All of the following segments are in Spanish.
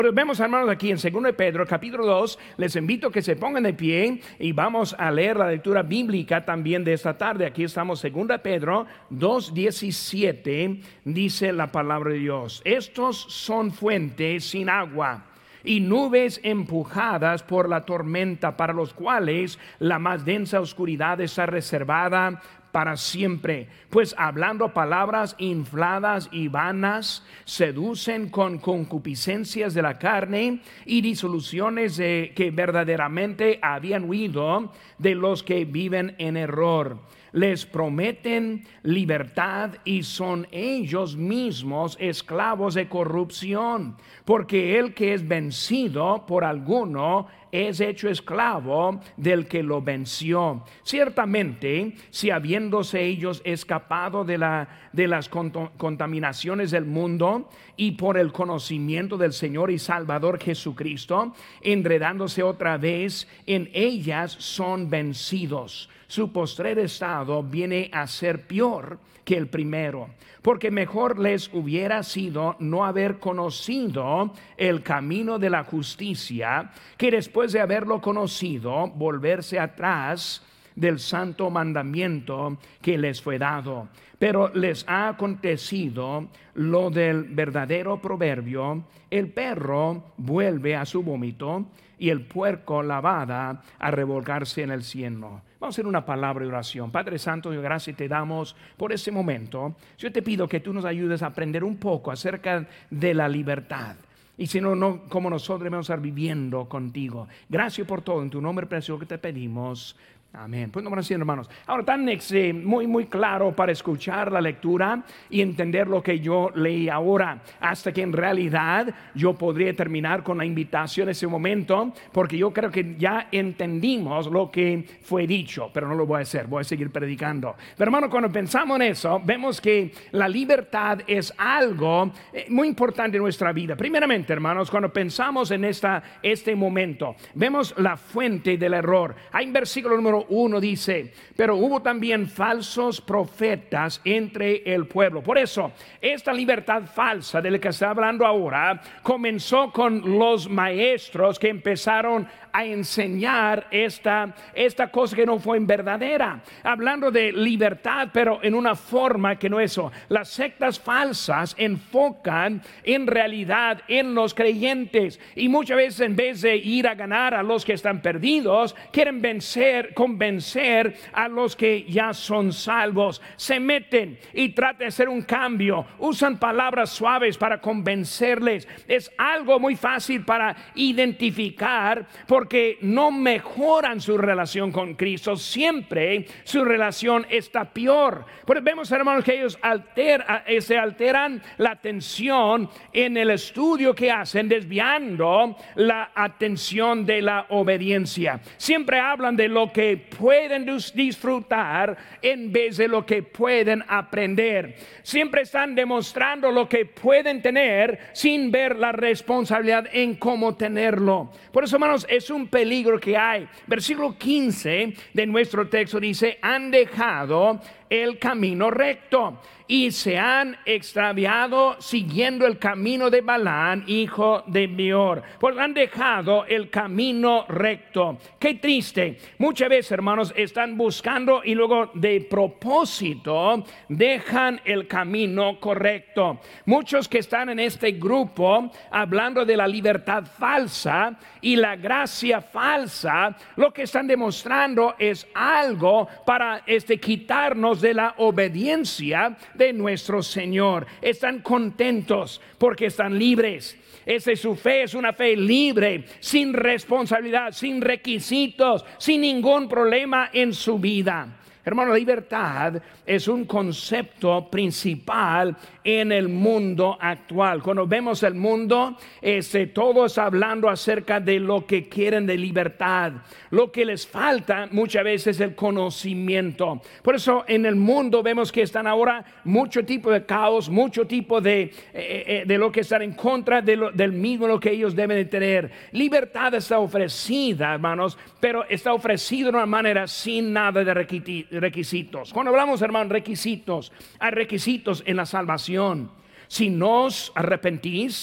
Pero vemos, hermanos, aquí en 2 de Pedro, capítulo 2, les invito a que se pongan de pie y vamos a leer la lectura bíblica también de esta tarde. Aquí estamos, 2 de Pedro 2:17, dice la palabra de Dios: estos son fuentes sin agua y nubes empujadas por la tormenta, para los cuales la más densa oscuridad está reservada para siempre, pues hablando palabras infladas y vanas, seducen con concupiscencias de la carne y disoluciones que verdaderamente habían huido de los que viven en error. Les prometen libertad y son ellos mismos esclavos de corrupción, porque el que es vencido por alguno es hecho esclavo del que lo venció. Ciertamente, si habiéndose ellos escapado de las contaminaciones del mundo y por el conocimiento del Señor y Salvador Jesucristo, enredándose otra vez en ellas, son vencidos, su postrer estado viene a ser peor que el primero, porque mejor les hubiera sido no haber conocido el camino de la justicia, que después de haberlo conocido, volverse atrás del santo mandamiento que les fue dado. Pero les ha acontecido lo del verdadero proverbio: el perro vuelve a su vómito y el puerco lavada a revolcarse en el cieno. Vamos a hacer una palabra de oración. Padre Santo, yo gracias te damos por este momento. Yo te pido que tú nos ayudes a aprender un poco acerca de la libertad. Y si no, como nosotros debemos estar viviendo contigo. Gracias por todo, en tu nombre precioso que te pedimos. Amén. Pues no van a decir, hermanos. Ahora, tan muy claro para escuchar la lectura y entender lo que yo leí ahora, hasta que en realidad yo podría terminar con la invitación en ese momento, porque yo creo que ya entendimos lo que fue dicho, pero no lo voy a hacer, voy a seguir predicando. Pero hermano, cuando pensamos en eso, vemos que la libertad es algo muy importante en nuestra vida. Primeramente, hermanos, cuando pensamos en este momento, vemos la fuente del error. Hay un versículo número 1 dice: pero hubo también falsos profetas entre el pueblo. Por eso, esta libertad falsa de la que está hablando ahora comenzó con los maestros que empezaron a enseñar esta cosa que no fue verdadera, hablando de libertad, pero en una forma que no es eso. Las sectas falsas enfocan en realidad en los creyentes, y muchas veces, en vez de ir a ganar a los que están perdidos, quieren convencer a los que ya son salvos. Se meten y tratan de hacer un cambio, usan palabras suaves para convencerles. Es algo muy fácil para identificar, porque no mejoran su relación con Cristo. Siempre su relación está peor. Pues vemos, hermanos, que ellos se alteran la atención en el estudio que hacen, desviando la atención de la obediencia. Siempre hablan de lo que pueden disfrutar en vez de lo que pueden aprender. Siempre están demostrando lo que pueden tener sin ver la responsabilidad en cómo tenerlo. Por eso, hermanos, es un peligro que hay. Versículo 15 de nuestro texto dice: han dejado el camino recto y se han extraviado siguiendo el camino de Balaam, hijo de Beor. Pues han dejado el camino recto. Qué triste. Muchas veces, hermanos, están buscando y luego de propósito dejan el camino correcto. Muchos que están en este grupo hablando de la libertad falsa y la gracia falsa, lo que están demostrando es algo para quitarnos de la obediencia de nuestro Señor. Están contentos porque están libres. Su fe es una fe libre, sin responsabilidad, sin requisitos, sin ningún problema en su vida. Hermano, la libertad es un concepto principal en el mundo actual. Cuando vemos el mundo, todo está hablando acerca de lo que quieren de libertad. Lo que les falta muchas veces es el conocimiento. Por eso en el mundo vemos que están ahora mucho tipo de caos, mucho tipo de lo que están en contra del mismo lo que ellos deben de tener. Libertad está ofrecida, hermanos, pero está ofrecida de una manera sin nada de requisitos. Cuando hablamos, hermanos, requisitos, hay requisitos en la salvación. Si nos arrepentís,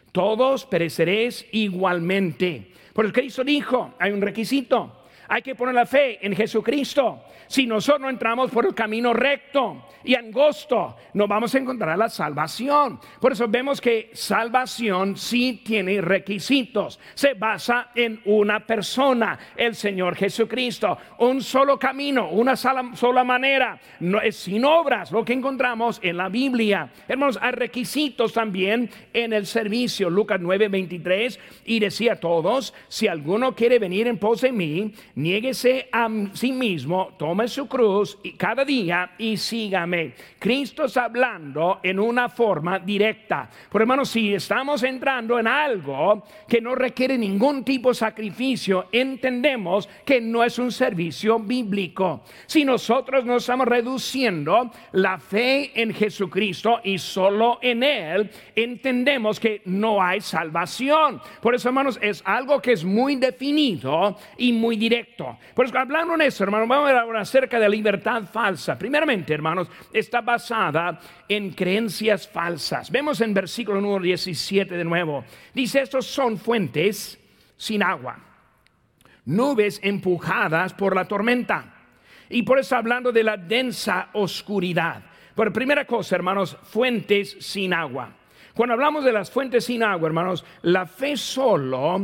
Todos pereceréis igualmente. Por eso Cristo dijo, hay un requisito. Hay que poner la fe en Jesucristo. Si nosotros no entramos por el camino recto y angosto, no vamos a encontrar la salvación. Por eso vemos que salvación sí tiene requisitos. Se basa en una persona, el Señor Jesucristo. Un solo camino, una sola manera. No es sin obras lo que encontramos en la Biblia. Hermanos, hay requisitos también en el servicio. Lucas 9:23, y decía a todos: si alguno quiere venir en pos de mí, niéguese a sí mismo, tome su cruz y cada día y sígame. Cristo está hablando en una forma directa. Por hermanos, si estamos entrando en algo que no requiere ningún tipo de sacrificio, entendemos que no es un servicio bíblico. Si nosotros nos estamos reduciendo la fe en Jesucristo y solo en Él, entendemos que no hay salvación. Por eso, hermanos, es algo que es muy definido y muy directo. Por eso, hablando en eso, hermanos, vamos a ver ahora acerca de libertad falsa. Primeramente, hermanos, está basada en creencias falsas. Vemos en versículo número 17 de nuevo. Dice: estos son fuentes sin agua, nubes empujadas por la tormenta. Y por eso hablando de la densa oscuridad. Por primera cosa, hermanos, fuentes sin agua. Cuando hablamos de las fuentes sin agua, hermanos, la fe solo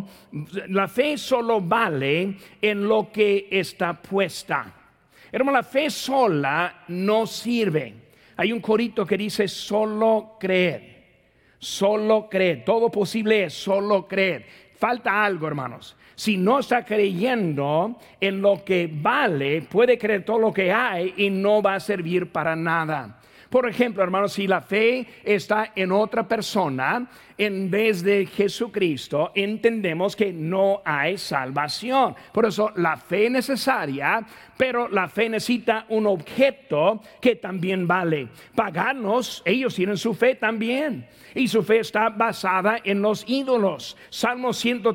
vale en lo que está puesta. Hermano, la fe sola no sirve. Hay un corito que dice: solo creer, solo creer. Todo posible es solo creer. Falta algo, hermanos. Si no está creyendo en lo que vale, puede creer todo lo que hay y no va a servir para nada. Por ejemplo, hermanos, si la fe está en otra persona en vez de Jesucristo, entendemos que no hay salvación. Por eso la fe es necesaria, pero la fe necesita un objeto que también vale. Paganos, ellos tienen su fe también, y su fe está basada en los ídolos. Salmo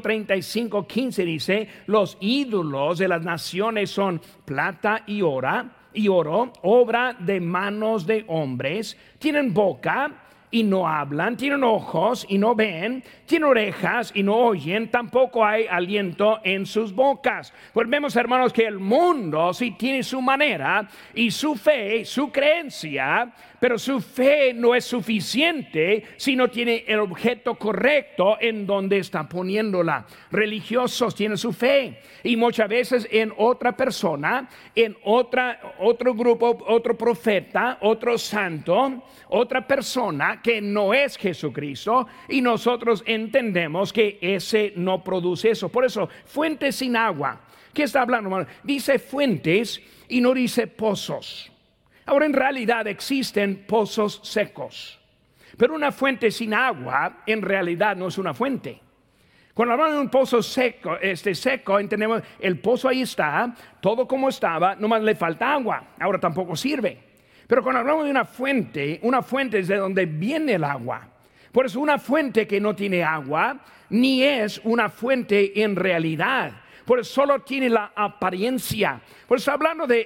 135:15 dice: los ídolos de las naciones son plata y oro, obra de manos de hombres. Tienen boca y no hablan, tienen ojos y no ven, tienen orejas y no oyen, tampoco hay aliento en sus bocas. Pues vemos, hermanos, que el mundo sí tiene su manera y su fe, su creencia, pero su fe no es suficiente si no tiene el objeto correcto en donde está poniéndola. Religiosos tienen su fe y muchas veces en otra persona, en otro grupo, otro profeta, otro santo, otra persona que no es Jesucristo, y nosotros entendemos que ese no produce eso. Por eso, fuentes sin agua. ¿Qué está hablando, hermano? Dice fuentes y no dice pozos. Ahora, en realidad existen pozos secos, pero una fuente sin agua en realidad no es una fuente. Cuando hablamos de un pozo seco, seco, entendemos el pozo ahí está, todo como estaba, nomás le falta agua. Ahora tampoco sirve. Pero cuando hablamos de una fuente es de donde viene el agua. Por eso una fuente que no tiene agua ni es una fuente en realidad. Por eso solo tiene la apariencia. Por eso hablando de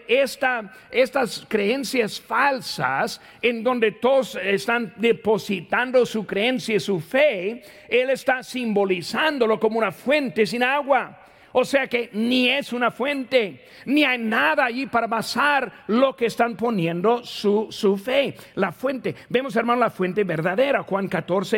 estas creencias falsas en donde todos están depositando su creencia y su fe, él está simbolizándolo como una fuente sin agua. O sea que ni es una fuente, ni hay nada allí para basar lo que están poniendo su fe. La fuente, vemos, hermano, la fuente verdadera. Juan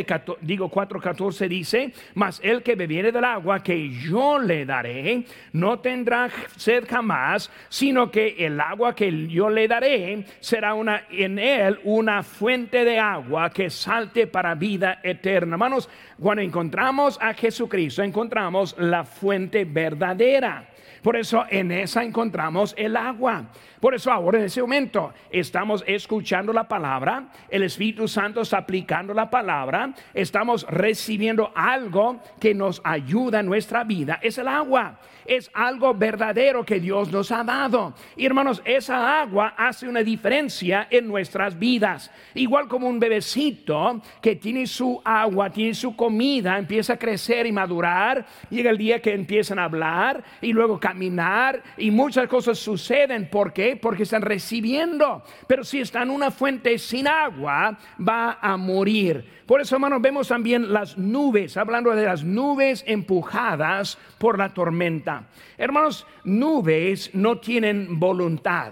4:14 dice: mas el que bebiere del agua que yo le daré no tendrá sed jamás, sino que el agua que yo le daré será en él una fuente de agua que salte para vida eterna. Hermanos, cuando encontramos a Jesucristo, encontramos la fuente verdadera. Por eso en esa encontramos el agua. Por eso ahora en ese momento estamos escuchando la palabra, el Espíritu Santo está aplicando la palabra, estamos recibiendo algo que nos ayuda en nuestra vida. Es el agua, es algo verdadero que Dios nos ha dado. Y hermanos, esa agua hace una diferencia en nuestras vidas. Igual como un bebecito que tiene su agua, tiene su comida, empieza a crecer y madurar, llega el día que empiezan a hablar y luego caminar y muchas cosas suceden. ¿Por qué? Porque están recibiendo. Pero si está en una fuente sin agua, va a morir. Por eso, hermanos, vemos también las nubes, hablando de las nubes empujadas por la tormenta. Hermanos, nubes no tienen voluntad.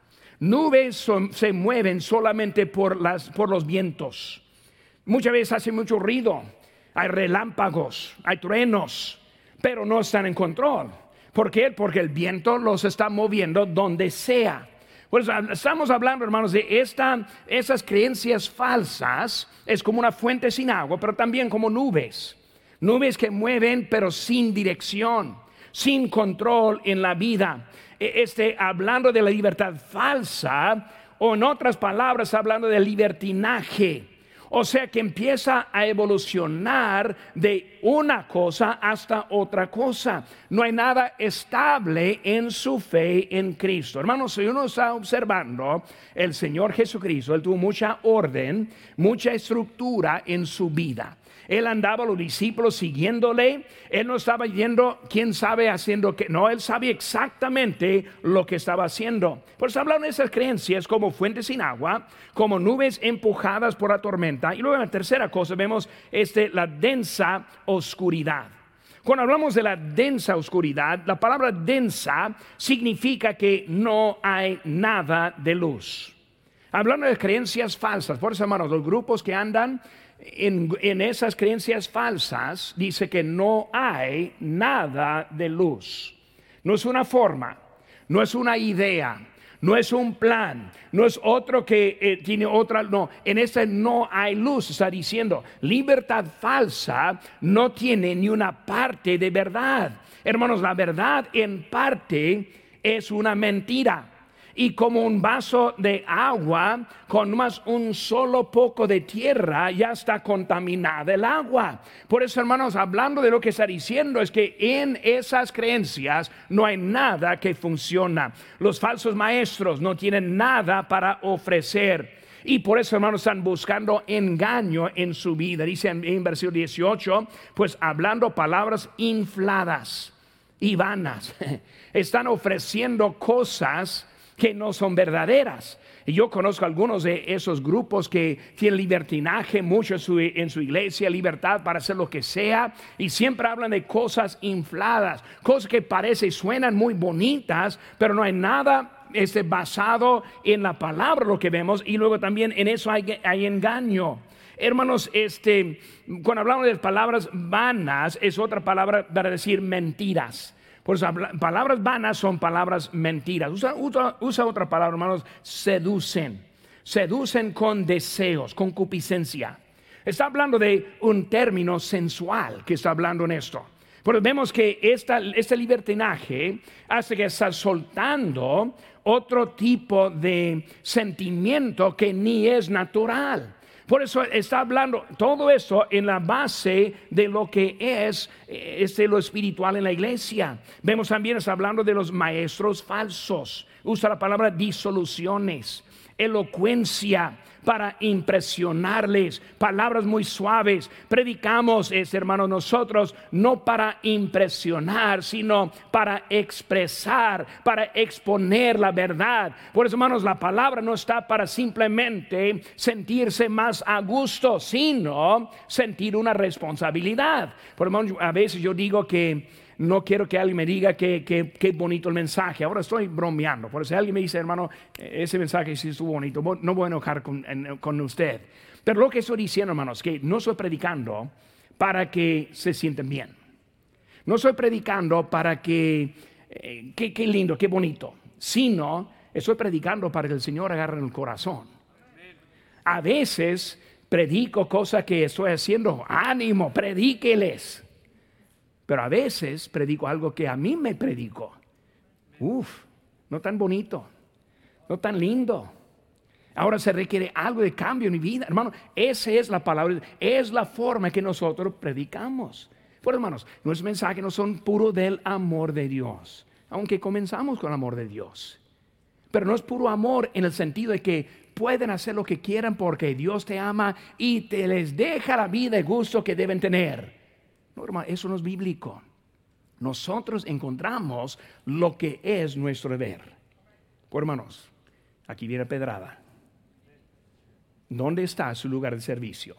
Nubes se mueven solamente por los vientos. Muchas veces hace mucho ruido, hay relámpagos, hay truenos, pero no están en control. ¿Por qué? Porque el viento los está moviendo donde sea. Pues estamos hablando, hermanos, de esas creencias falsas. Es como una fuente sin agua, pero también como nubes. Nubes que mueven, pero sin dirección, sin control en la vida. Hablando de la libertad falsa, o en otras palabras, hablando de libertinaje. O sea que empieza a evolucionar de una cosa hasta otra cosa. No hay nada estable en su fe en Cristo. Hermanos, si uno está observando, el Señor Jesucristo, Él tuvo mucha orden, mucha estructura en su vida. Él andaba, los discípulos siguiéndole. Él no estaba yendo, quién sabe, haciendo que. No, él sabía exactamente lo que estaba haciendo. Por eso hablan de esas creencias como fuentes sin agua, como nubes empujadas por la tormenta. Y luego en la tercera cosa vemos la densa oscuridad. Cuando hablamos de la densa oscuridad, la palabra densa significa que no hay nada de luz. Hablando de creencias falsas, por eso, hermanos, los grupos que andan en esas creencias falsas, dice que no hay nada de luz. No es una forma, no es una idea, no es un plan, no es otro que tiene otra. No, en ese no hay luz. Está diciendo, libertad falsa no tiene ni una parte de verdad. Hermanos, la verdad en parte es una mentira. Y como un vaso de agua con más un solo poco de tierra, ya está contaminada el agua. Por eso, hermanos, hablando de lo que está diciendo, es que en esas creencias no hay nada que funciona. Los falsos maestros no tienen nada para ofrecer. Y por eso, hermanos, están buscando engaño en su vida. Dice en versículo 18, pues hablando palabras infladas y vanas. Están ofreciendo cosas que no son verdaderas. Y yo conozco algunos de esos grupos que tienen libertinaje mucho en su iglesia, libertad para hacer lo que sea, y siempre hablan de cosas infladas, cosas que parecen, suenan muy bonitas, pero no hay nada basado en la palabra, lo que vemos. Y luego también en eso hay engaño. Hermanos, cuando hablamos de palabras vanas, es otra palabra para decir mentiras. Por eso, palabras vanas son palabras mentiras. Usa otra palabra, hermanos, seducen. Seducen con deseos, concupiscencia. Está hablando de un término sensual que está hablando en esto. Pero vemos que este libertinaje hace que está soltando otro tipo de sentimiento que ni es natural. Por eso está hablando todo eso en la base de lo que es lo espiritual en la iglesia. Vemos también, está hablando de los maestros falsos. Usa la palabra disoluciones, elocuencia para impresionarles, palabras muy suaves. Predicamos, hermanos, nosotros no para impresionar, sino para expresar, para exponer la verdad. Por eso, hermanos, la palabra no está para simplemente sentirse más a gusto, sino sentir una responsabilidad. Por eso, a veces yo digo que no quiero que alguien me diga que bonito el mensaje. Ahora estoy bromeando. Por eso alguien me dice, hermano, ese mensaje sí estuvo bonito, no voy a enojar con usted. Pero lo que estoy diciendo, hermanos, que no estoy predicando para que se sienten bien. No estoy predicando para qué lindo, qué bonito. Sino estoy predicando para que el Señor agarre en el corazón. A veces predico cosas que estoy haciendo. Ánimo, predíqueles. Pero a veces predico algo que a mí me predico. No tan bonito, no tan lindo. Ahora se requiere algo de cambio en mi vida, hermano. Esa es la palabra, es la forma que nosotros predicamos. Pues, hermanos, nuestros mensajes no son puro del amor de Dios, aunque comenzamos con el amor de Dios. Pero no es puro amor en el sentido de que pueden hacer lo que quieran porque Dios te ama y te les deja la vida y gusto que deben tener. No, hermano, eso no es bíblico. nosotros encontramos lo que es nuestro deber. Pues, hermanos, aquí viene pedrada. ¿Dónde está su lugar de servicio?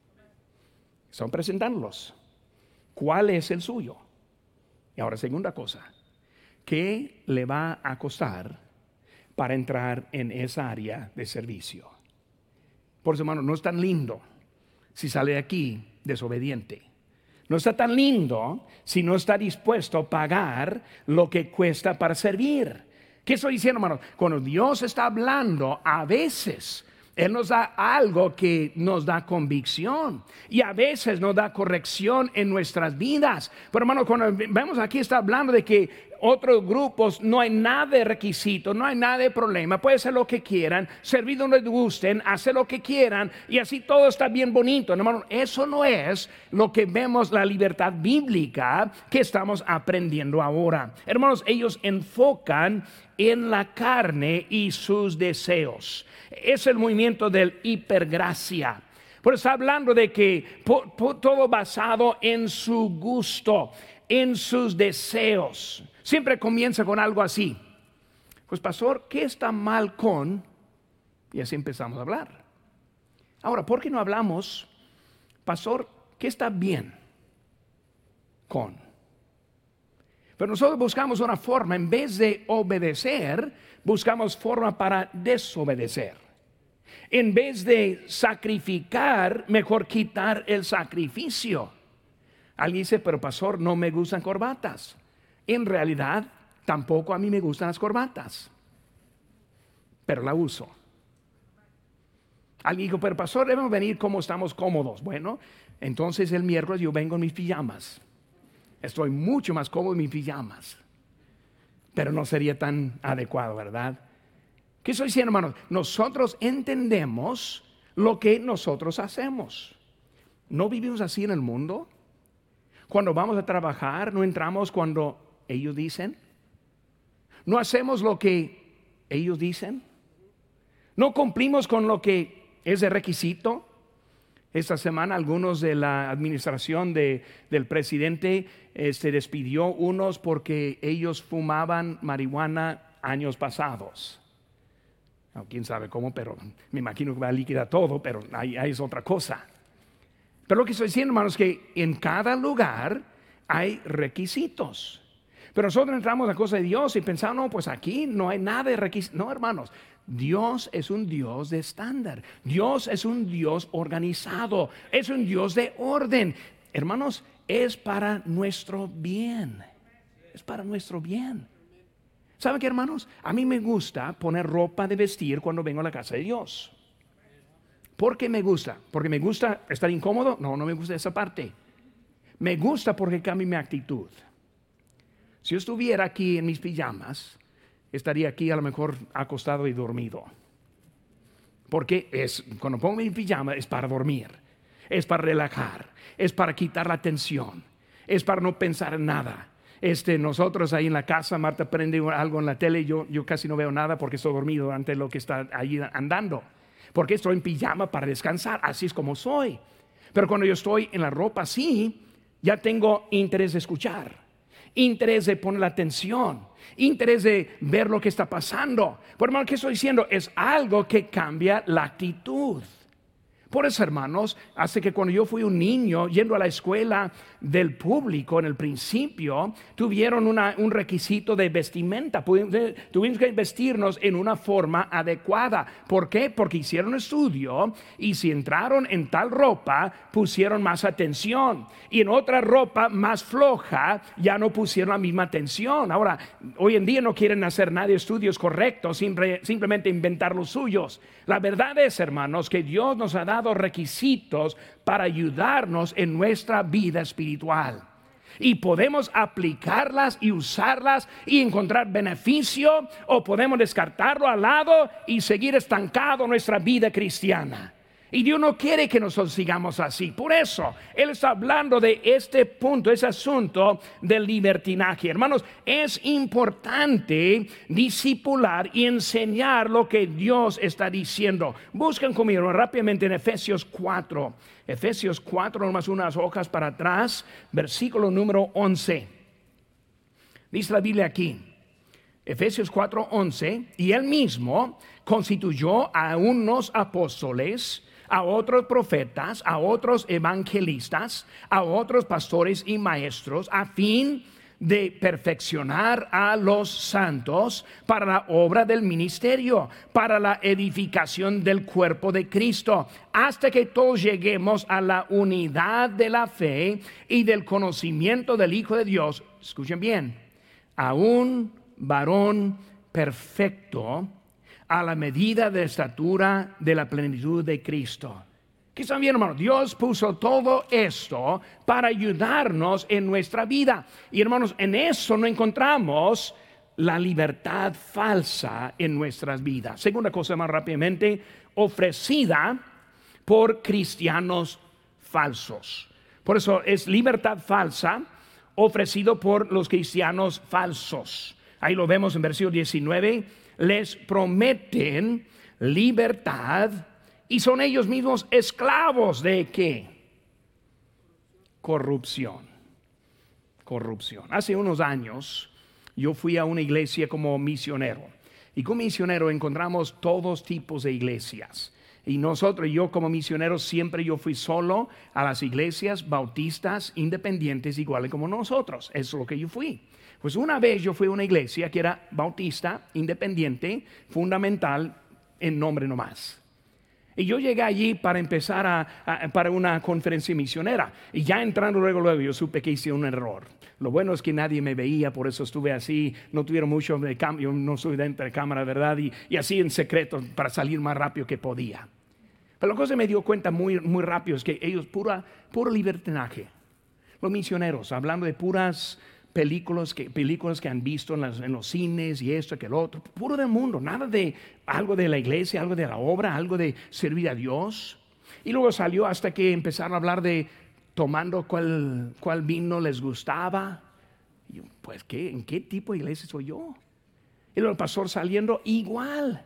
Están presentándolos. ¿Cuál es el suyo? Y ahora, segunda cosa, ¿qué le va a costar para entrar en esa área de servicio? Por eso, hermano, no es tan lindo si sale de aquí desobediente. No está tan lindo si no está dispuesto a pagar lo que cuesta para servir. ¿Qué estoy diciendo, hermano? Cuando Dios está hablando, a veces Él nos da algo que nos da convicción y a veces nos da corrección en nuestras vidas. Pero, hermano, cuando vemos aquí está hablando de que otros grupos no hay nada de requisito, no hay nada de problema, puede hacer lo que quieran, servir donde gusten, hacer lo que quieran y así todo está bien bonito. Hermano, eso no es lo que vemos la libertad bíblica que estamos aprendiendo ahora. Hermanos, ellos enfocan en la carne y sus deseos. Es el movimiento del hipergracia. Por eso está hablando de que todo basado en su gusto, en sus deseos. Siempre comienza con algo así. Pues, pastor, ¿qué está mal con? Y así empezamos a hablar. Ahora, ¿por qué no hablamos, pastor, qué está bien con? Pero nosotros buscamos una forma, en vez de obedecer, buscamos forma para desobedecer. En vez de sacrificar, mejor quitar el sacrificio. Alguien dice, pero pastor, no me gustan corbatas. En realidad, tampoco a mí me gustan las corbatas, pero la uso. Alguien dijo, pero pastor, debemos venir como estamos cómodos. Bueno, entonces el miércoles yo vengo en mis pijamas. Estoy mucho más cómodo en mis pijamas, pero no sería tan adecuado, ¿verdad? ¿Qué estoy diciendo, hermanos? Nosotros entendemos lo que nosotros hacemos. ¿No vivimos así en el mundo? Cuando vamos a trabajar, no entramos cuando ellos dicen. No hacemos lo que ellos dicen. No cumplimos con lo que es de requisito. Esta semana algunos de la administración del presidente se despidió unos porque ellos fumaban marihuana años pasados. No, quién sabe cómo, pero me imagino que va a liquidar todo, pero ahí es otra cosa. Pero lo que estoy diciendo, hermanos, es que en cada lugar hay requisitos. Pero nosotros entramos a la cosa de Dios y pensamos, no, pues aquí no hay nada de requisitos. No, hermanos, Dios es un Dios de estándar. Dios es un Dios organizado. Es un Dios de orden. Hermanos, es para nuestro bien. Es para nuestro bien. ¿Saben qué, hermanos? A mí me gusta poner ropa de vestir cuando vengo a la casa de Dios. ¿Por qué me gusta? ¿Porque me gusta estar incómodo? No, no me gusta esa parte. Me gusta porque cambia mi actitud. Si yo estuviera aquí en mis pijamas, estaría aquí a lo mejor acostado y dormido. Porque cuando pongo mi pijama es para dormir, es para relajar, es para quitar la tensión, es para no pensar en nada. Nosotros ahí en la casa, Marta prende algo en la tele, yo casi no veo nada porque estoy dormido ante lo que está ahí andando. Porque estoy en pijama para descansar, así es como soy. Pero cuando yo estoy en la ropa así, ya tengo interés de escuchar, interés de poner la atención, interés de ver lo que está pasando. Por hermano, ¿qué estoy diciendo? Es algo que cambia la actitud. Por eso, hermanos, hace que cuando yo fui un niño yendo a la escuela del público en el principio, tuvieron un requisito de vestimenta. Tuvimos que vestirnos en una forma adecuada. ¿Por qué? Porque hicieron estudio y si entraron en tal ropa, pusieron más atención. Y en otra ropa más floja, ya no pusieron la misma atención. Ahora, hoy en día no quieren hacer nada de estudios correctos, simplemente inventar los suyos. La verdad es, hermanos, que Dios nos ha dado requisitos para ayudarnos en nuestra vida espiritual y podemos aplicarlas y usarlas y encontrar beneficio, o podemos descartarlo al lado y seguir estancado en nuestra vida cristiana. Y Dios no quiere que nosotros sigamos así. Por eso Él está hablando de este punto, ese asunto del libertinaje. Hermanos, es importante discipular y enseñar lo que Dios está diciendo. Busquen conmigo rápidamente en Efesios 4. Efesios 4, nomás unas hojas para atrás, versículo número 11. Dice la Biblia aquí, Efesios 4:11, y él mismo constituyó a unos apóstoles, a otros profetas, a otros evangelistas, a otros pastores y maestros, a fin de perfeccionar a los santos para la obra del ministerio, para la edificación del cuerpo de Cristo, hasta que todos lleguemos a la unidad de la fe y del conocimiento del Hijo de Dios. Escuchen bien, a un varón perfecto, a la medida de estatura de la plenitud de Cristo. ¿Qué están viendo, hermanos? Dios puso todo esto para ayudarnos en nuestra vida. Y hermanos, en eso no encontramos la libertad falsa en nuestras vidas. Segunda cosa más rápidamente, ofrecida por cristianos falsos. Por eso es libertad falsa ofrecido por los cristianos falsos. Ahí lo vemos en versículo 19. Les prometen libertad y son ellos mismos esclavos de ¿qué? Corrupción. Hace unos años yo fui a una iglesia como misionero. Y como misionero encontramos todos tipos de iglesias. Y yo como misionero siempre yo fui solo a las iglesias bautistas independientes iguales como nosotros. Eso es lo que yo fui. Pues una vez yo fui a una iglesia que era bautista, independiente, fundamental en nombre nomás. Y yo llegué allí para empezar para una conferencia misionera. Y ya entrando luego yo supe que hice un error. Lo bueno es que nadie me veía, por eso estuve así. No tuvieron mucho de cambio, no soy dentro de cámara, ¿verdad? Y así en secreto para salir más rápido que podía. Pero la cosa que me dio cuenta muy, muy rápido es que ellos puro libertinaje. Los misioneros, hablando de puras películas que han visto en los cines y esto, que lo otro, puro del mundo, nada de algo de la iglesia, algo de la obra, algo de servir a Dios. Y luego salió hasta que empezaron a hablar de tomando cuál vino les gustaba. Y yo, pues, ¿en qué tipo de iglesia soy yo? Y luego el pastor saliendo igual.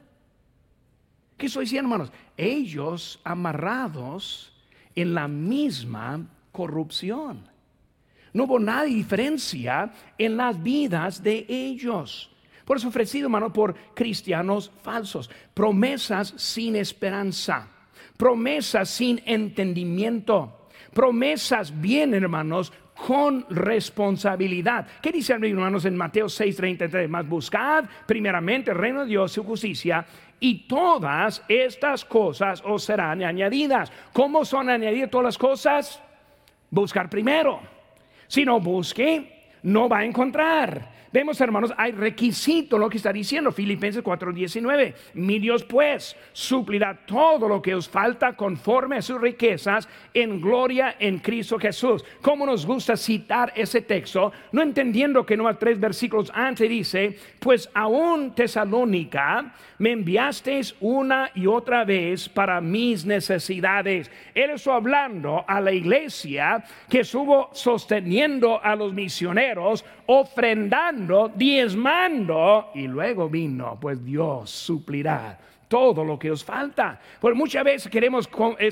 ¿Qué estoy diciendo, hermanos? Ellos amarrados en la misma corrupción. No hubo nada de diferencia en las vidas de ellos. Por eso ofrecido, hermano, por cristianos falsos. Promesas sin esperanza. Promesas sin entendimiento. Promesas bien, hermanos, con responsabilidad. ¿Qué dice, hermanos, en Mateo 6:33? Mas buscad primeramente el reino de Dios, su justicia, y todas estas cosas os serán añadidas. ¿Cómo son añadidas todas las cosas? Buscar primero. Si no busque, no va a encontrar. Vemos, hermanos, hay requisito lo que está diciendo Filipenses 4:19. Mi Dios pues suplirá todo lo que os falta conforme a sus riquezas en gloria en Cristo Jesús. Como nos gusta citar ese texto, no entendiendo que no 3 versículos antes dice, pues aún Tesalónica me enviasteis una y otra vez para mis necesidades. Él está hablando a la iglesia que estuvo sosteniendo a los misioneros, ofrendando, diezmando, y luego vino, pues Dios suplirá todo lo que os falta. Porque muchas veces queremos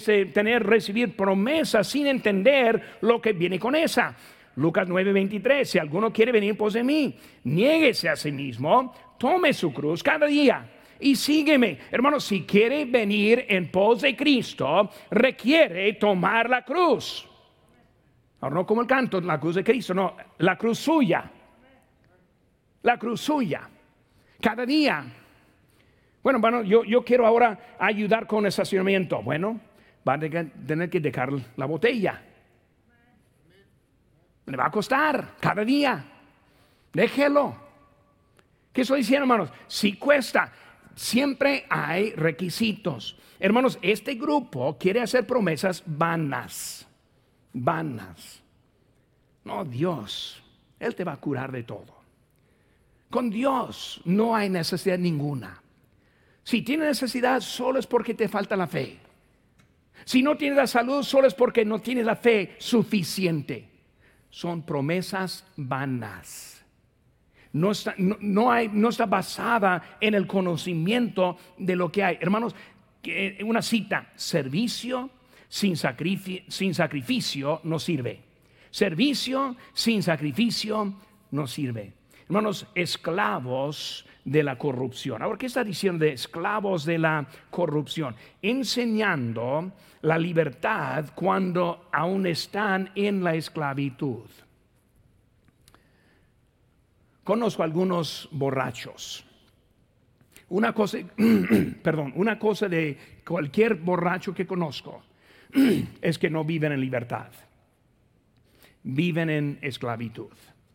recibir promesas sin entender lo que viene con esa. Lucas 9:23, si alguno quiere venir pos de mí, niéguese a sí mismo, tome su cruz cada día y sígueme. Hermanos, si quiere venir en pos de Cristo, requiere tomar la cruz. Ahora no como el canto, la cruz de Cristo, no, la cruz suya. La cruz suya. Cada día. Bueno, yo quiero ahora ayudar con el estacionamiento. Bueno, va a tener que dejar la botella. Le va a costar cada día. Déjelo. ¿Qué estoy diciendo, hermanos? Si cuesta. Siempre hay requisitos. Hermanos, este grupo quiere hacer promesas vanas. No, Dios, Él te va a curar de todo. Con Dios no hay necesidad ninguna. Si tienes necesidad, solo es porque te falta la fe. Si no tienes la salud, solo es porque no tienes la fe suficiente. Son promesas vanas. No está basada en el conocimiento de lo que hay. Hermanos, una cita: servicio sin sacrificio no sirve. Servicio sin sacrificio no sirve. Hermanos, esclavos de la corrupción. Ahora, ¿qué está diciendo de esclavos de la corrupción? Enseñando la libertad cuando aún están en la esclavitud. Conozco algunos borrachos. Una cosa, una cosa de cualquier borracho que conozco es que no viven en libertad. Viven en esclavitud.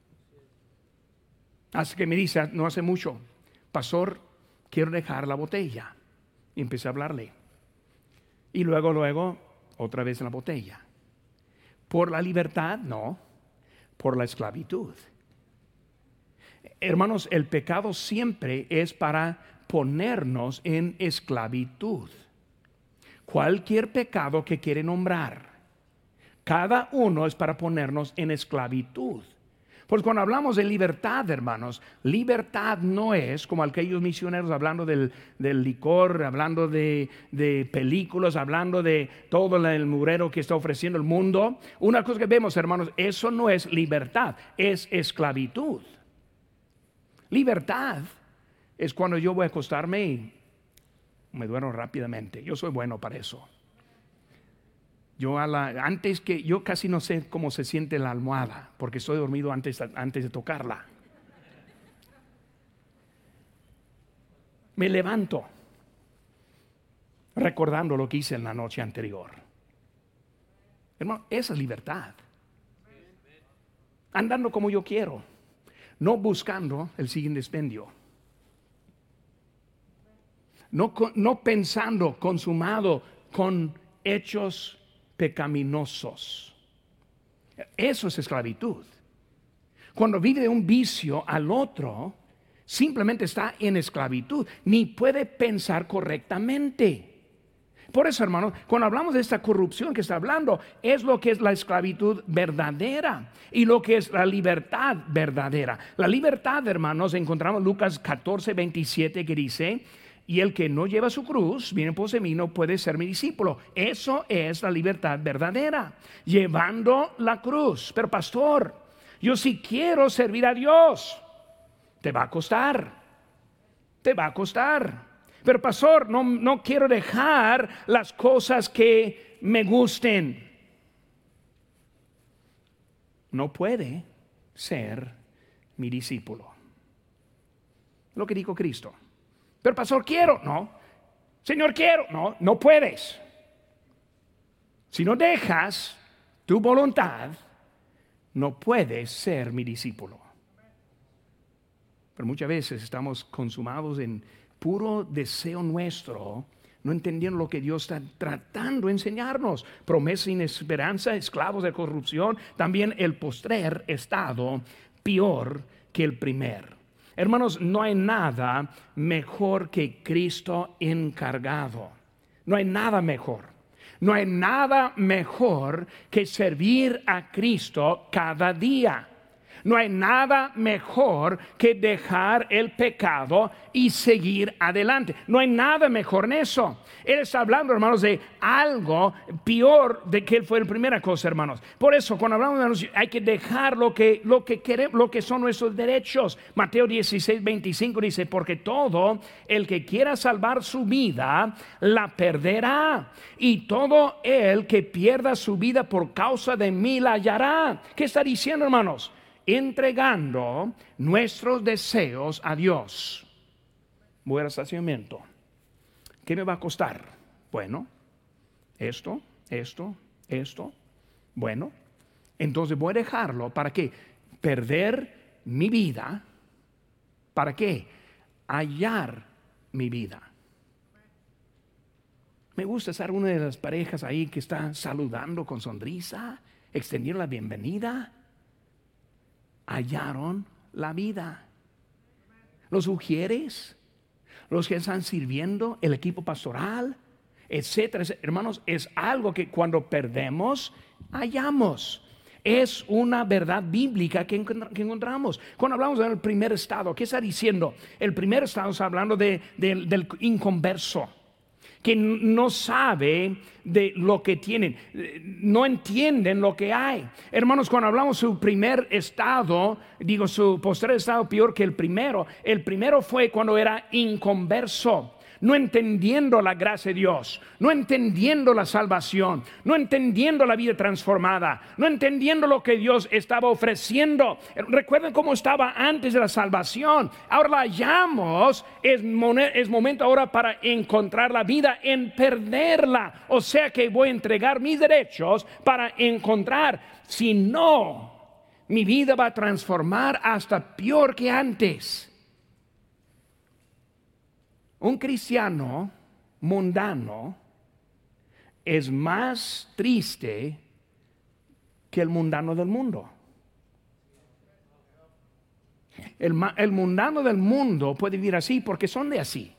Así que me dice, no hace mucho, pastor, quiero dejar la botella. Y empecé a hablarle. Y luego, otra vez en la botella. ¿Por la libertad? No, por la esclavitud. Hermanos, el pecado siempre es para ponernos en esclavitud. Cualquier pecado que quiere nombrar, cada uno es para ponernos en esclavitud. Pues cuando hablamos de libertad, hermanos, libertad no es como aquellos misioneros hablando del licor, hablando de películas, hablando de todo el murero que está ofreciendo el mundo. Una cosa que vemos, hermanos, eso no es libertad, es esclavitud. Libertad es cuando yo voy a acostarme y me duermo rápidamente. Yo soy bueno para eso. Yo casi no sé cómo se siente la almohada porque estoy dormido antes de tocarla. Me levanto recordando lo que hice en la noche anterior. Hermano, esa es libertad. Andando como yo quiero, no buscando el siguiente expendio. No pensando consumado con hechos pecaminosos. Eso es esclavitud. Cuando vive de un vicio al otro, simplemente está en esclavitud, ni puede pensar correctamente. Por eso, hermano, cuando hablamos de esta corrupción que está hablando, es lo que es la esclavitud verdadera y lo que es la libertad verdadera. La libertad, hermanos, encontramos Lucas 14:27 que dice: y el que no lleva su cruz, viene pos de mí, no puede ser mi discípulo. Eso es la libertad verdadera, llevando la cruz. Pero pastor, yo sí quiero servir a Dios. Te va a costar. Pero pastor, no quiero dejar las cosas que me gusten. No puede ser mi discípulo. Lo que dijo Cristo. Pero pastor, quiero. No. Señor, quiero. No puedes. Si no dejas tu voluntad, no puedes ser mi discípulo. Pero muchas veces estamos consumados en puro deseo nuestro, no entendiendo lo que Dios está tratando de enseñarnos. Promesa sin esperanza, esclavos de corrupción, también el postrer estado peor que el primer. Hermanos, no hay nada mejor que Cristo encargado. No hay nada mejor. No hay nada mejor que servir a Cristo cada día. No hay nada mejor que dejar el pecado y seguir adelante. No hay nada mejor en eso. Él está hablando, hermanos, de algo peor de que fue la primera cosa, hermanos. Por eso, cuando hablamos de hay que dejar lo que queremos, lo que son nuestros derechos. Mateo 16:25 dice: porque todo el que quiera salvar su vida la perderá, y todo el que pierda su vida por causa de mí la hallará. ¿Qué está diciendo, hermanos? Entregando nuestros deseos a Dios. Voy al estacionamiento. ¿Qué me va a costar? Bueno, esto. Bueno, entonces voy a dejarlo. ¿Para qué? Perder mi vida. ¿Para qué? Hallar mi vida. Me gusta ser una de las parejas ahí que está saludando con sonrisa, extendiendo la bienvenida. Hallaron la vida. Los ujieres, los que están sirviendo, el equipo pastoral, etcétera. Hermanos, es algo que cuando perdemos, hallamos. Es una verdad bíblica que encontramos. Cuando hablamos del primer estado, ¿qué está diciendo? El primer estado está hablando del inconverso, que no sabe de lo que tienen, no entienden lo que hay. Hermanos, cuando hablamos su primer estado, digo su posterior estado peor que el primero fue cuando era inconverso, no entendiendo la gracia de Dios, no entendiendo la salvación, no entendiendo la vida transformada, no entendiendo lo que Dios estaba ofreciendo. Recuerden cómo estaba antes de la salvación. Ahora la hallamos, es momento ahora para encontrar la vida en perderla. O sea que voy a entregar mis derechos para encontrar. Si no, mi vida va a transformar hasta peor que antes. Un cristiano mundano es más triste que el mundano del mundo. El mundano del mundo puede vivir así porque son de así.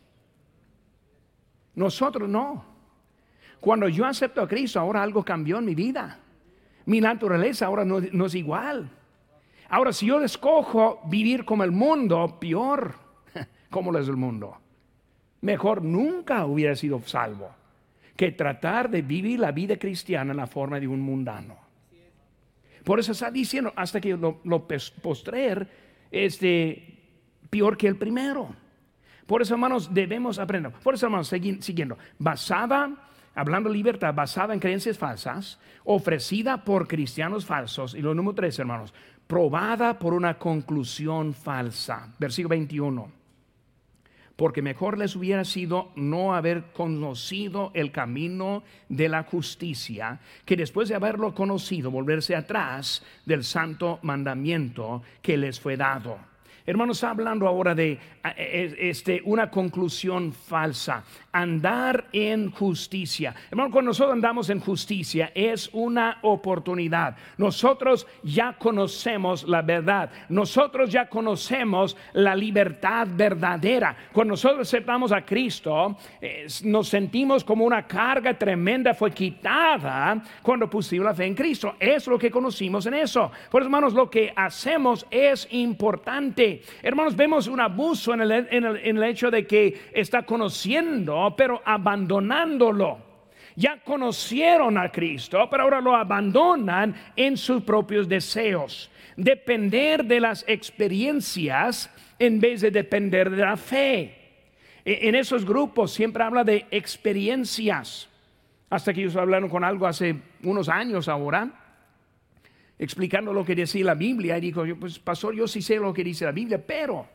Nosotros no. Cuando yo acepto a Cristo, ahora algo cambió en mi vida. Mi naturaleza ahora no es igual. Ahora, si yo escojo vivir como el mundo, peor como lo es el mundo. Mejor nunca hubiera sido salvo que tratar de vivir la vida cristiana en la forma de un mundano. Por eso está diciendo hasta que lo postrer es peor que el primero. Por eso, hermanos, debemos aprender. Por eso, hermanos, siguiendo, hablando de libertad basada en creencias falsas, ofrecida por cristianos falsos. Y lo número 3, hermanos, probada por una conclusión falsa. Versículo 21. Porque mejor les hubiera sido no haber conocido el camino de la justicia, que después de haberlo conocido, volverse atrás del santo mandamiento que les fue dado. Hermanos, está hablando ahora de una conclusión falsa. Andar en justicia. Hermanos, cuando nosotros andamos en justicia es una oportunidad. Nosotros ya conocemos la verdad. Nosotros ya conocemos la libertad verdadera. Cuando nosotros aceptamos a Cristo, nos sentimos como una carga tremenda fue quitada cuando pusimos la fe en Cristo. Es lo que conocimos en eso. Por eso, hermanos, lo que hacemos es importante. Hermanos, vemos un abuso en el hecho de que está conociendo, pero abandonándolo. Ya conocieron a Cristo, pero ahora lo abandonan en sus propios deseos. Depender de las experiencias en vez de depender de la fe. En esos grupos siempre habla de experiencias. Hasta que ellos hablaron con algo hace unos años ahora, explicando lo que decía la Biblia, y dijo, pues pastor, yo sí sé lo que dice la Biblia, pero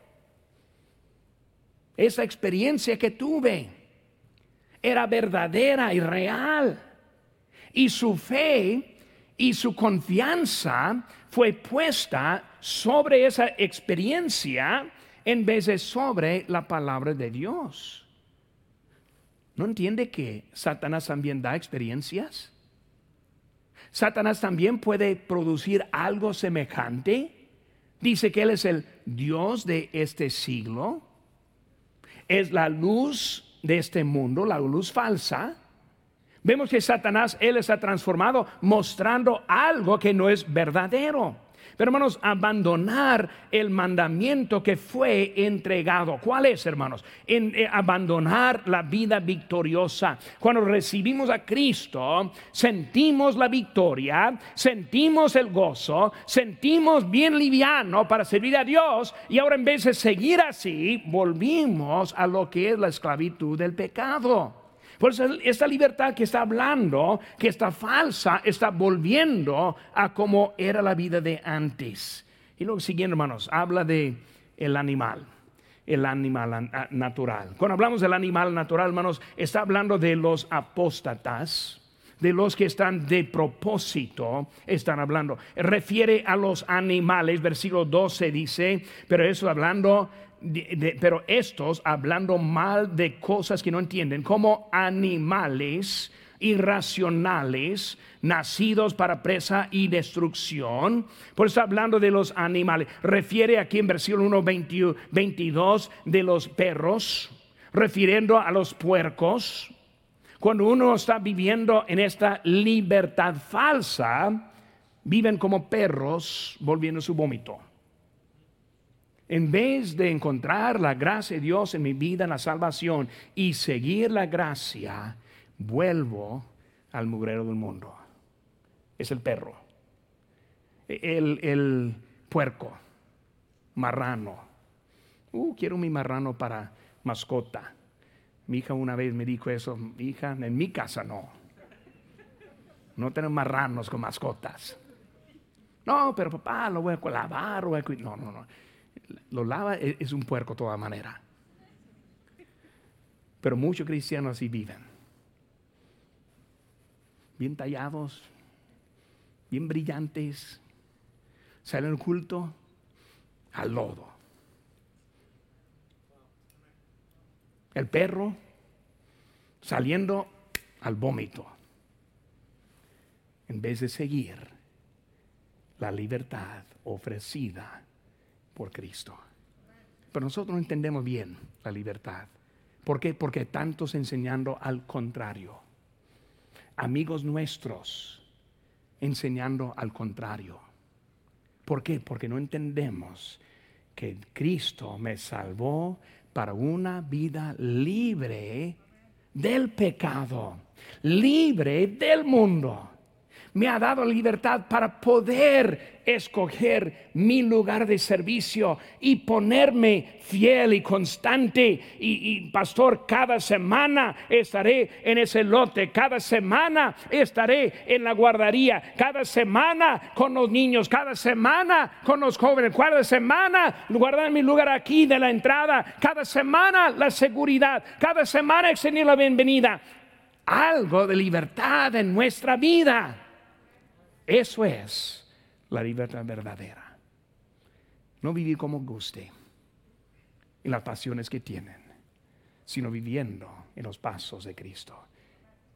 esa experiencia que tuve era verdadera y real, y su fe y su confianza fue puesta sobre esa experiencia en vez de sobre la palabra de Dios. ¿No entiende que Satanás también da experiencias? Satanás también puede producir algo semejante. Dice que él es el Dios de este siglo, es la luz de este mundo, la luz falsa. Vemos que Satanás, él está transformado, mostrando algo que no es verdadero. Pero, hermanos, abandonar el mandamiento que fue entregado. ¿Cuál es, hermanos? Abandonar la vida victoriosa. Cuando recibimos a Cristo, sentimos la victoria, sentimos el gozo, sentimos bien liviano para servir a Dios. Y ahora, en vez de seguir así, volvimos a lo que es la esclavitud del pecado. Por eso esta libertad que está hablando, que está falsa, está volviendo a como era la vida de antes. Y luego siguiendo, hermanos, habla de el animal natural. Cuando hablamos del animal natural, hermanos, está hablando de los apóstatas, de los que están de propósito, están hablando. Refiere a los animales, versículo 12 dice, pero eso hablando... pero estos hablando mal de cosas que no entienden, como animales irracionales, nacidos para presa y destrucción. Por eso está hablando de los animales. Refiere aquí en versículo 1, 22 de los perros, refiriendo a los puercos. Cuando uno está viviendo en esta libertad falsa, viven como perros volviendo su vómito. En vez de encontrar la gracia de Dios en mi vida, en la salvación, y seguir la gracia, vuelvo al mugrero del mundo. Es el perro, el puerco, marrano. Quiero mi marrano para mascota. Mi hija una vez me dijo eso. Hija, en mi casa no tenemos marranos con mascotas. No, pero papá, lo voy a lavar. No. Lo lava, es un puerco de toda manera. Pero muchos cristianos así viven. Bien tallados, bien brillantes. Salen al culto al lodo. El perro saliendo al vómito. En vez de seguir la libertad ofrecida por Cristo. Pero nosotros no entendemos bien la libertad. ¿Por qué? Porque tantos enseñando al contrario. Amigos nuestros enseñando al contrario. ¿Por qué? Porque no entendemos que Cristo me salvó para una vida libre del pecado, libre del mundo. Me ha dado libertad para poder escoger mi lugar de servicio y ponerme fiel y constante. Y pastor, cada semana estaré en ese lote, cada semana estaré en la guardería, cada semana con los niños, cada semana con los jóvenes, cada semana guardar mi lugar aquí de la entrada, cada semana la seguridad, cada semana extender la bienvenida. Algo de libertad en nuestra vida. Eso es la libertad verdadera. No vivir como guste en las pasiones que tienen, sino viviendo en los pasos de Cristo.